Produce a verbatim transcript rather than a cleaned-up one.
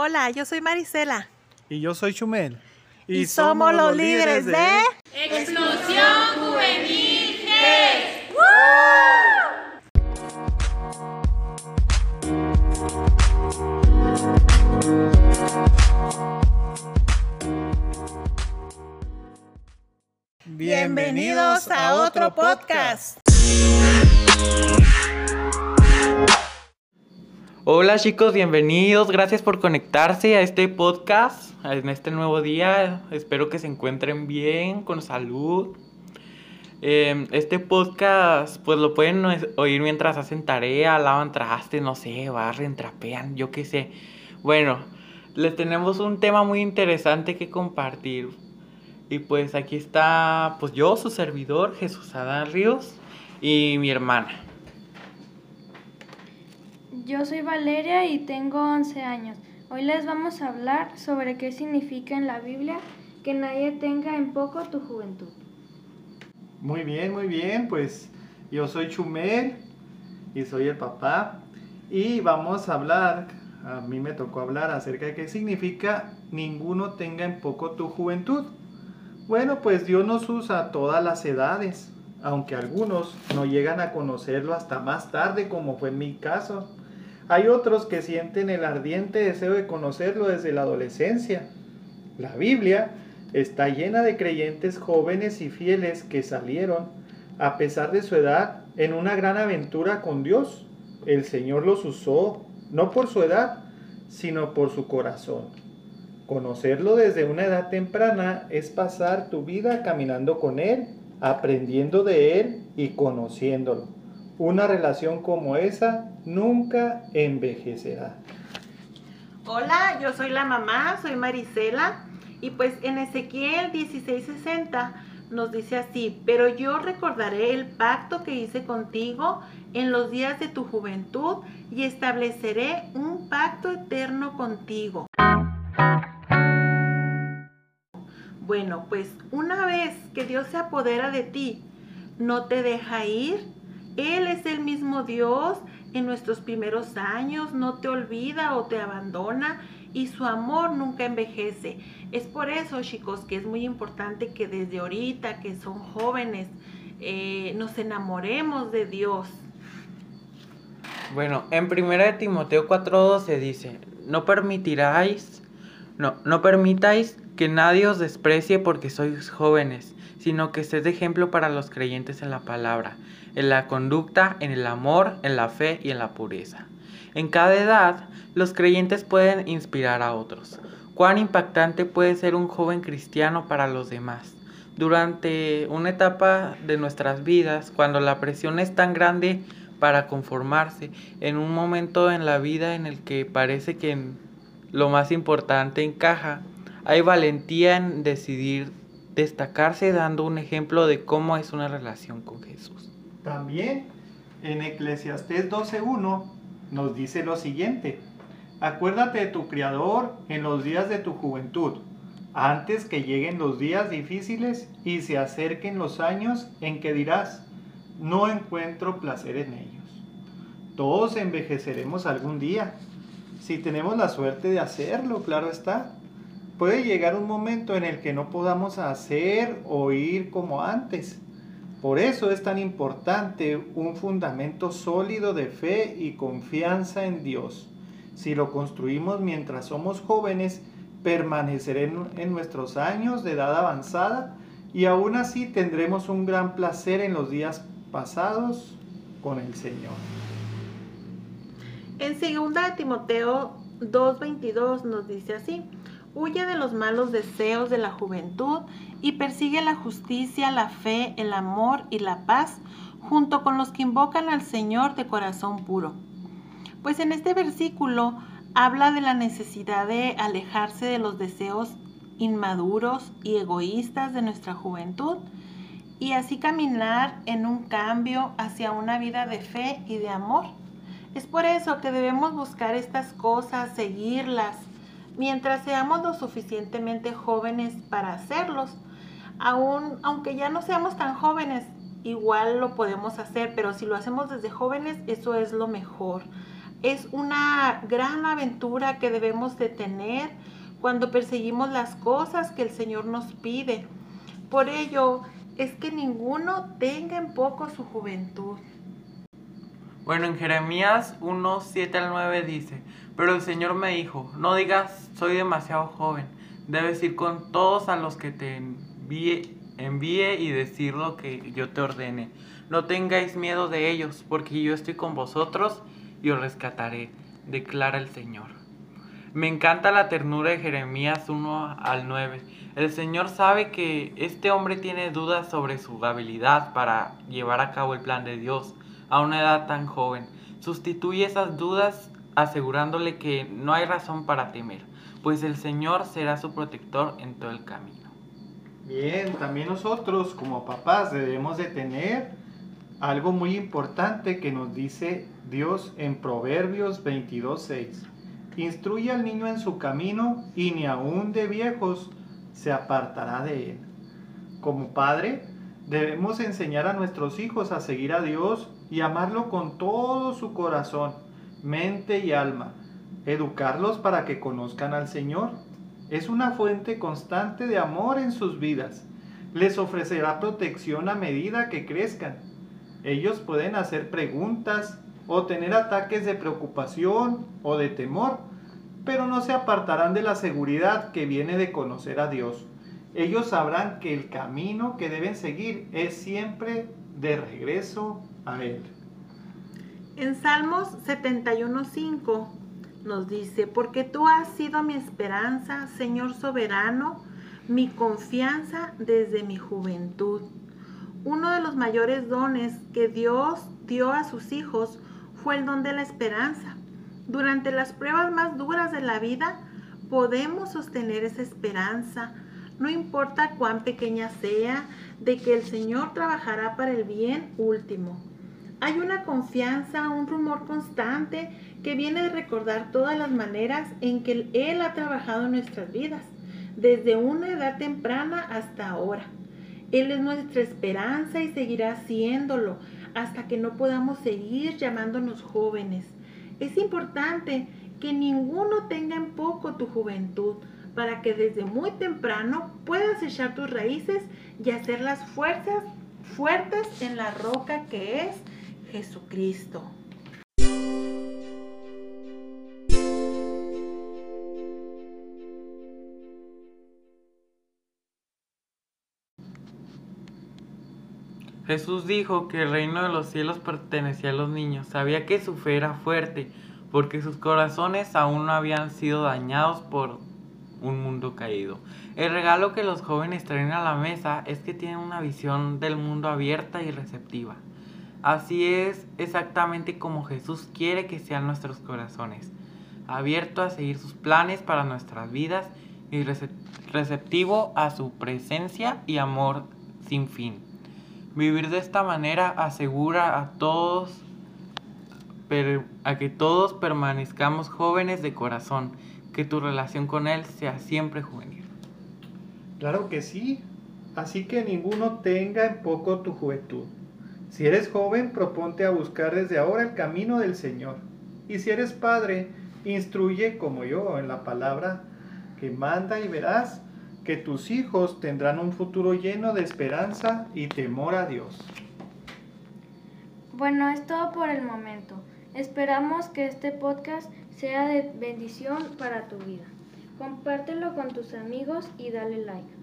Hola, yo soy Marisela. Y yo soy Chumel. Y, y somos, somos los líderes de... de... Explosión Juvenil G. Bienvenidos a otro podcast. Hola chicos, bienvenidos, gracias por conectarse a este podcast, en este nuevo día. Espero que se encuentren bien, con salud. eh, Este podcast pues lo pueden oír mientras hacen tarea, lavan trastes, no sé, barren, trapean, yo qué sé. Bueno, les tenemos un tema muy interesante que compartir. Y pues aquí está pues yo, su servidor, Jesús Adán Ríos, y mi hermana. Yo soy Valeria y tengo once años. Hoy les vamos a hablar sobre qué significa en la Biblia que nadie tenga en poco tu juventud. Muy bien, muy bien, pues yo soy Chumel y soy el papá y vamos a hablar, a mí me tocó hablar acerca de qué significa ninguno tenga en poco tu juventud. Bueno, pues Dios nos usa a todas las edades, aunque algunos no llegan a conocerlo hasta más tarde, como fue en mi caso. Hay otros que sienten el ardiente deseo de conocerlo desde la adolescencia. La Biblia está llena de creyentes jóvenes y fieles que salieron, a pesar de su edad, en una gran aventura con Dios. El Señor los usó, no por su edad, sino por su corazón. Conocerlo desde una edad temprana es pasar tu vida caminando con Él, aprendiendo de Él y conociéndolo. Una relación como esa nunca envejecerá. Hola, yo soy la mamá, soy Marisela. Y pues en Ezequiel dieciséis sesenta nos dice así: pero yo recordaré el pacto que hice contigo en los días de tu juventud y estableceré un pacto eterno contigo. Bueno, pues una vez que Dios se apodera de ti, no te deja ir. Él es el mismo Dios en nuestros primeros años, no te olvida o te abandona y su amor nunca envejece. Es por eso, chicos, que es muy importante que desde ahorita, que son jóvenes, eh, nos enamoremos de Dios. Bueno, en primera de Timoteo cuatro doce dice: No permitiráis, no, no permitáis que nadie os desprecie porque sois jóvenes, sino que sed ejemplo para los creyentes en la palabra, en la conducta, en el amor, en la fe y en la pureza. En cada edad, los creyentes pueden inspirar a otros. ¿Cuán impactante puede ser un joven cristiano para los demás? Durante una etapa de nuestras vidas, cuando la presión es tan grande para conformarse, en un momento en la vida en el que parece que lo más importante encaja, hay valentía en decidir destacarse dando un ejemplo de cómo es una relación con Jesús. También en Eclesiastés doce uno nos dice lo siguiente: acuérdate de tu Criador en los días de tu juventud, antes que lleguen los días difíciles y se acerquen los años en que dirás, no encuentro placer en ellos. Todos envejeceremos algún día, si tenemos la suerte de hacerlo, claro está. Puede llegar un momento en el que no podamos hacer o ir como antes. Por eso es tan importante un fundamento sólido de fe y confianza en Dios. Si lo construimos mientras somos jóvenes, permaneceremos en nuestros años de edad avanzada y aún así tendremos un gran placer en los días pasados con el Señor. En segunda de Timoteo dos veintidós nos dice así: huye de los malos deseos de la juventud y persigue la justicia, la fe, el amor y la paz, junto con los que invocan al Señor de corazón puro. Pues en este versículo habla de la necesidad de alejarse de los deseos inmaduros y egoístas de nuestra juventud y así caminar en un cambio hacia una vida de fe y de amor. Es por eso que debemos buscar estas cosas, seguirlas, mientras seamos lo suficientemente jóvenes para hacerlos. Aún, aunque ya no seamos tan jóvenes, igual lo podemos hacer, pero si lo hacemos desde jóvenes, eso es lo mejor. Es una gran aventura que debemos de tener cuando perseguimos las cosas que el Señor nos pide. Por ello es que ninguno tenga en poco su juventud. Bueno, en Jeremías uno, siete al nueve dice, pero el Señor me dijo, no digas, soy demasiado joven, debes ir con todos a los que te envíe, envíe y decir lo que yo te ordene. No tengáis miedo de ellos, porque yo estoy con vosotros y os rescataré, declara el Señor. Me encanta la ternura de Jeremías uno al nueve. El Señor sabe que este hombre tiene dudas sobre su habilidad para llevar a cabo el plan de Dios a una edad tan joven. Sustituye esas dudas asegurándole que no hay razón para temer, pues el Señor será su protector en todo el camino. Bien, también nosotros como papás debemos de tener algo muy importante que nos dice Dios en Proverbios veintidós, seis. Instruye al niño en su camino y ni aun de viejos se apartará de él. Como padre, debemos enseñar a nuestros hijos a seguir a Dios y amarlo con todo su corazón, mente y alma. Educarlos para que conozcan al Señor. Es una fuente constante de amor en sus vidas. Les ofrecerá protección a medida que crezcan. Ellos pueden hacer preguntas o tener ataques de preocupación o de temor, pero no se apartarán de la seguridad que viene de conocer a Dios. Ellos sabrán que el camino que deben seguir es siempre de regreso a Él. En Salmos setenta y uno, cinco nos dice, porque tú has sido mi esperanza, Señor soberano, mi confianza desde mi juventud. Uno de los mayores dones que Dios dio a sus hijos fue el don de la esperanza. Durante las pruebas más duras de la vida, podemos sostener esa esperanza, no importa cuán pequeña sea, de que el Señor trabajará para el bien último. Hay una confianza, un rumor constante que viene de recordar todas las maneras en que Él ha trabajado en nuestras vidas, desde una edad temprana hasta ahora. Él es nuestra esperanza y seguirá siéndolo hasta que no podamos seguir llamándonos jóvenes. Es importante que ninguno tenga en poco tu juventud, para que desde muy temprano puedas echar tus raíces y hacer las fuerzas fuertes en la roca que es Jesucristo. Jesús dijo que el reino de los cielos pertenecía a los niños. Sabía que su fe era fuerte, porque sus corazones aún no habían sido dañados por un mundo caído. El regalo que los jóvenes traen a la mesa es que tienen una visión del mundo abierta y receptiva. Así es exactamente como Jesús quiere que sean nuestros corazones, abierto a seguir sus planes para nuestras vidas y receptivo a su presencia y amor sin fin. Vivir de esta manera asegura a todos a que todos permanezcamos jóvenes de corazón, que tu relación con Él sea siempre juvenil. Claro que sí, así que ninguno tenga en poco tu juventud. Si eres joven, proponte a buscar desde ahora el camino del Señor. Y si eres padre, instruye como yo en la palabra que manda y verás que tus hijos tendrán un futuro lleno de esperanza y temor a Dios. Bueno, es todo por el momento. Esperamos que este podcast sea de bendición para tu vida. Compártelo con tus amigos y dale like.